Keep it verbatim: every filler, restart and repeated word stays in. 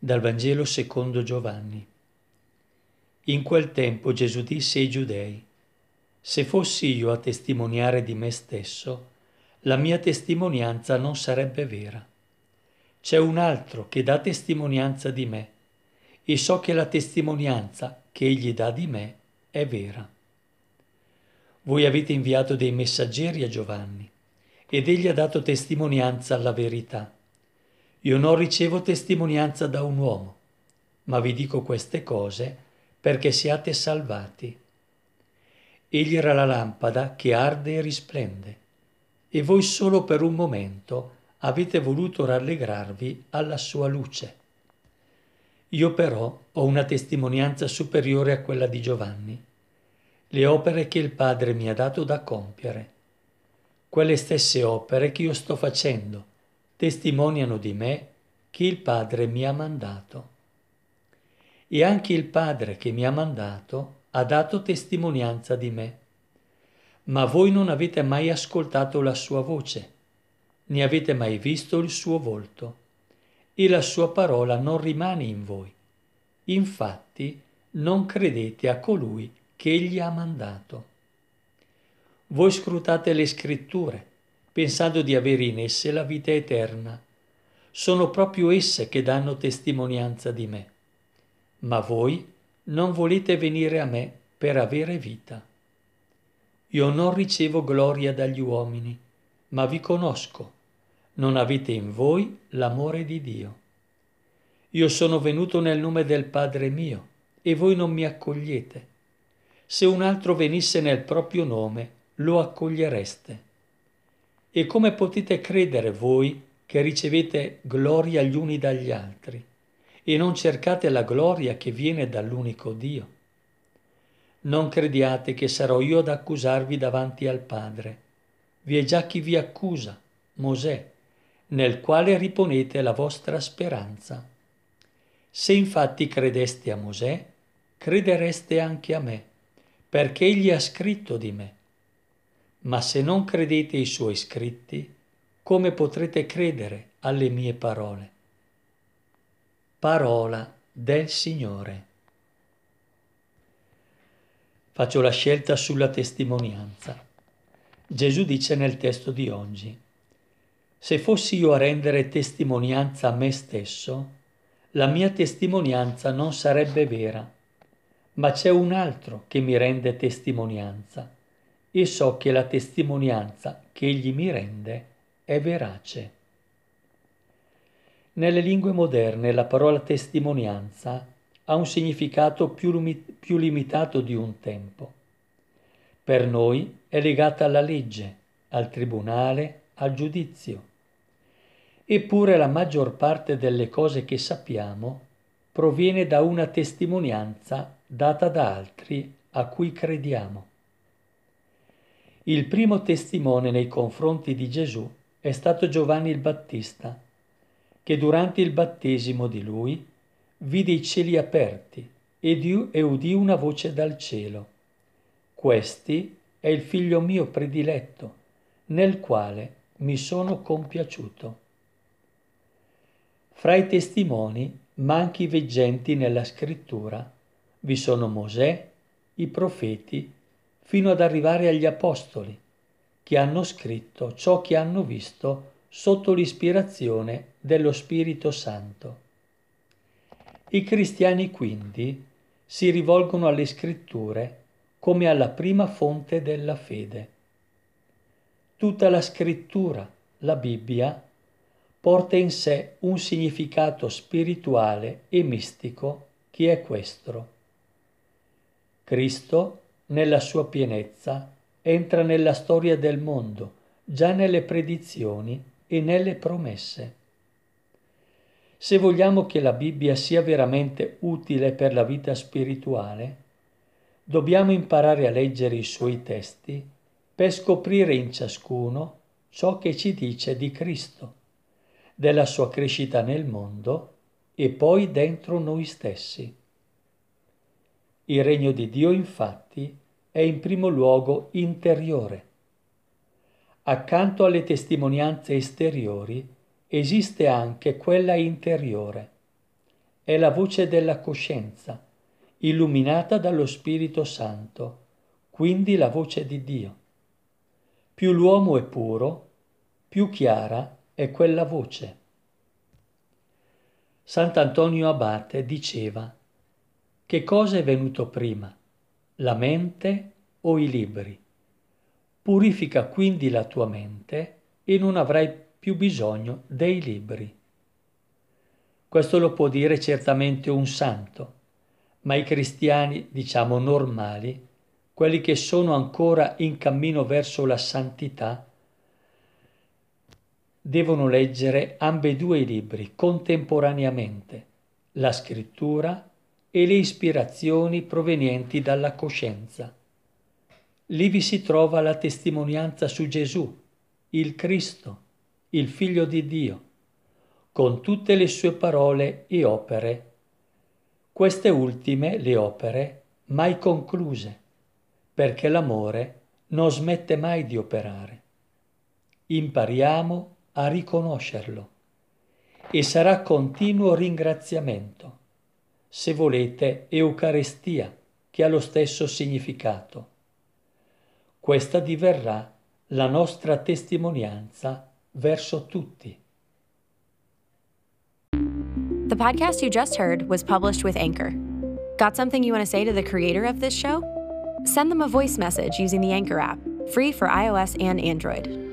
Dal Vangelo secondo Giovanni. In quel tempo Gesù disse ai Giudei: se fossi io a testimoniare di me stesso, la mia testimonianza non sarebbe vera. C'è un altro che dà testimonianza di me, e so che la testimonianza che egli dà di me è vera. Voi avete inviato dei messaggeri a Giovanni, ed egli ha dato testimonianza alla verità. Io non ricevo testimonianza da un uomo, ma vi dico queste cose perché siate salvati. Egli era la lampada che arde e risplende, e voi solo per un momento avete voluto rallegrarvi alla sua luce. Io però ho una testimonianza superiore a quella di Giovanni, le opere che il Padre mi ha dato da compiere. Quelle stesse opere che io sto facendo testimoniano di me che il Padre mi ha mandato. E anche il Padre che mi ha mandato ha dato testimonianza di me. Ma voi non avete mai ascoltato la sua voce, né avete mai visto il suo volto, e la sua parola non rimane in voi. Infatti non credete a colui che egli ha mandato. Voi scrutate le scritture, pensando di avere in esse la vita eterna. Sono proprio esse che danno testimonianza di me. Ma voi non volete venire a me per avere vita. Io non ricevo gloria dagli uomini, ma vi conosco. Non avete in voi l'amore di Dio. Io sono venuto nel nome del Padre mio, e voi non mi accogliete. Se un altro venisse nel proprio nome, lo accogliereste. E come potete credere voi che ricevete gloria gli uni dagli altri, e non cercate la gloria che viene dall'unico Dio? Non crediate che sarò io ad accusarvi davanti al Padre. Vi è già chi vi accusa, Mosè, nel quale riponete la vostra speranza. Se infatti credeste a Mosè, credereste anche a me, perché egli ha scritto di me. Ma se non credete ai suoi scritti, come potrete credere alle mie parole? Parola del Signore. Faccio la scelta sulla testimonianza. Gesù dice nel testo di oggi: se fossi io a rendere testimonianza a me stesso, la mia testimonianza non sarebbe vera, ma c'è un altro che mi rende testimonianza, e so che la testimonianza che egli mi rende è verace. Nelle lingue moderne la parola testimonianza ha un significato più, lumi- più limitato di un tempo. Per noi è legata alla legge, al tribunale, al giudizio. Eppure la maggior parte delle cose che sappiamo proviene da una testimonianza data da altri a cui crediamo. Il primo testimone nei confronti di Gesù è stato Giovanni il Battista, che durante il battesimo di lui vide i cieli aperti e udì una voce dal cielo: questi è il figlio mio prediletto, nel quale mi sono compiaciuto. Fra i testimoni, ma anche i veggenti nella scrittura, vi sono Mosè, i profeti, fino ad arrivare agli apostoli, che hanno scritto ciò che hanno visto sotto l'ispirazione dello Spirito Santo. I cristiani quindi si rivolgono alle scritture come alla prima fonte della fede. Tutta la scrittura, la Bibbia, porta in sé un significato spirituale e mistico che è questo: Cristo, nella sua pienezza, entra nella storia del mondo, già nelle predizioni e nelle promesse. Se vogliamo che la Bibbia sia veramente utile per la vita spirituale, dobbiamo imparare a leggere i suoi testi per scoprire in ciascuno ciò che ci dice di Cristo, della sua crescita nel mondo e poi dentro noi stessi. Il regno di Dio, infatti, è in primo luogo interiore. Accanto alle testimonianze esteriori esiste anche quella interiore. è la voce della coscienza, illuminata dallo Spirito Santo, quindi la voce di Dio. Più l'uomo è puro, più chiara è quella voce. Sant'Antonio Abate diceva: che cosa è venuto prima, la mente o i libri? Purifica quindi la tua mente e non avrai più bisogno dei libri. Questo lo può dire certamente un santo, ma i cristiani, diciamo normali, quelli che sono ancora in cammino verso la santità, devono leggere ambedue i libri contemporaneamente, la scrittura e le ispirazioni provenienti dalla coscienza. Lì vi si trova la testimonianza su Gesù, il Cristo, il Figlio di Dio, con tutte le sue parole e opere. Queste ultime, le opere, mai concluse, perché l'amore non smette mai di operare. Impariamo a riconoscerlo e sarà continuo ringraziamento, se volete Eucaristia, che ha lo stesso significato. Questa diverrà la nostra testimonianza verso tutti. The podcast you just heard was published with Anchor. Got something you want to say to the creator of this show? Send them a voice message using the Anchor app, free for iOS and Android.